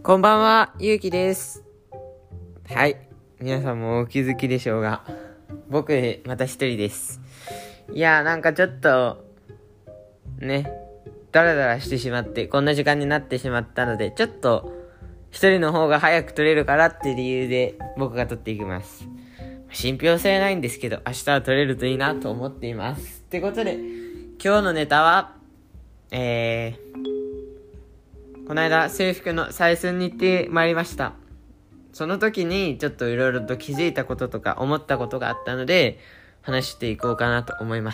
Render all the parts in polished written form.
こんばんは、ゆうきです。はい、皆さんもお気づきでしょうが、僕また一人です。いやなんかちょっとね、ダラダラしてしまってこんな時間になってしまったので、ちょっと一人の方が早く撮れるからっていう理由で僕が撮っていきます。信憑性ないんですけど、明日は撮れるといいなと思っています。ってことで今日のネタはこの間制服の採寸に行ってまいりました。その時にちょっといろいろと気づいたこととか思ったことがあったので話していこうかなと思います。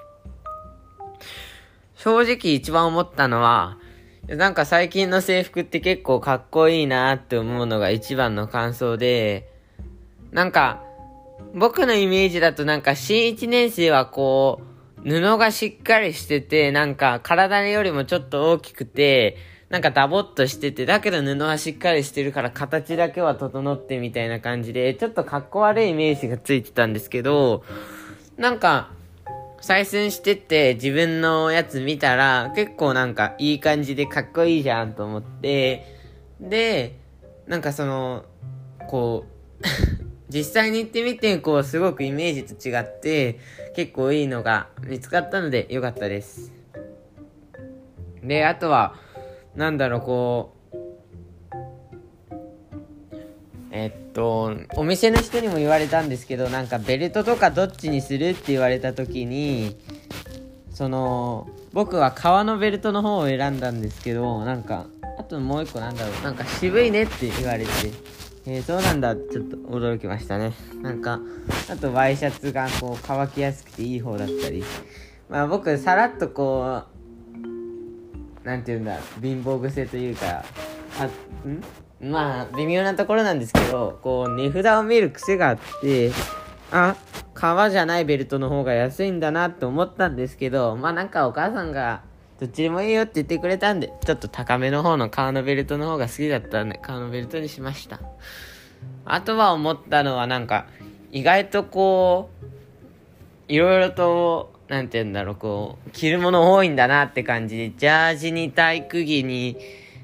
正直一番思ったのは、なんか最近の制服って結構かっこいいなって思うのが一番の感想で、なんか僕のイメージだとなんか新1年生はこう布がしっかりしてて、なんか体よりもちょっと大きくて、なんかダボっとしてて、だけど布はしっかりしてるから形だけは整ってみたいな感じで、ちょっとかっこ悪いイメージがついてたんですけど、なんか採寸してって自分のやつ見たら結構なんかいい感じでかっこいいじゃんと思って、でなんかそのこう実際に行ってみてこうすごくイメージと違って結構いいのが見つかったのでよかったです。であとはなんだろう、こうお店の人にも言われたんですけど、なんかベルトとかどっちにするって言われた時に、僕は革のベルトの方を選んだんですけど、なんかあともう一個なんだろう、なんか渋いねって言われて、そうなんだってちょっと驚きましたね。なんかあとワイシャツがこう乾きやすくていい方だったり、まあ僕さらっとこうなんていうんだ、貧乏癖というか、まあ微妙なところなんですけど、こう値札を見る癖があって、革じゃないベルトの方が安いんだなって思ったんですけど、まあなんかお母さんがどっちでもいいよって言ってくれたんで、ちょっと高めの方の革のベルトの方が好きだったんで革のベルトにしました。あとは思ったのは、なんか意外とこういろいろとなんて言うんだろう、こう着るもの多いんだなって感じで、ジャージに体育着に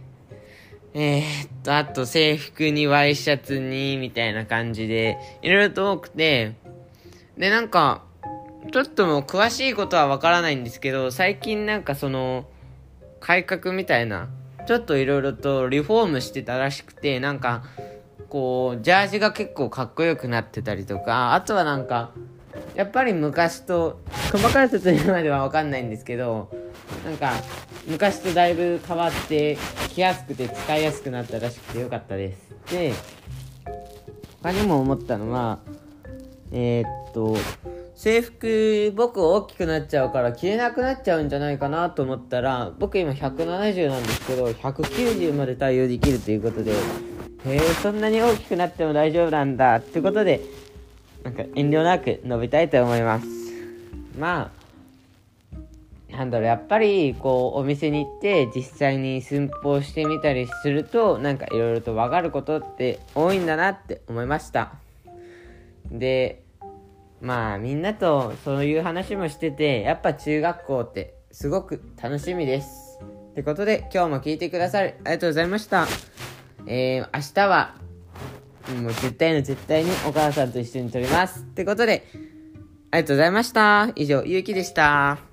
あと制服にワイシャツにみたいな感じでいろいろと多くて、でなんかちょっともう詳しいことはわからないんですけど、最近なんかその改革みたいなちょっといろいろとリフォームしてたらしくて、なんかこうジャージが結構かっこよくなってたりとか、あとはなんかやっぱり昔と細かい説明までは分かんないんですけど、なんか昔とだいぶ変わって着やすくて使いやすくなったらしくてよかったです。で他にも思ったのは、制服僕大きくなっちゃうから着れなくなっちゃうんじゃないかなと思ったら、僕今170なんですけど190まで対応できるということで、そんなに大きくなっても大丈夫なんだってことで、なんか遠慮なく述べたいと思います。まあなんだろう、やっぱりこうお店に行って実際に寸法してみたりすると、なんかいろいろと分かることって多いんだなって思いました。でまあみんなとそういう話もしてて、やっぱ中学校ってすごく楽しみです。ってことで今日も聞いてくださりありがとうございました。明日はもう絶対にお母さんと一緒に撮りますってことで、ありがとうございました。以上、ゆうきでした。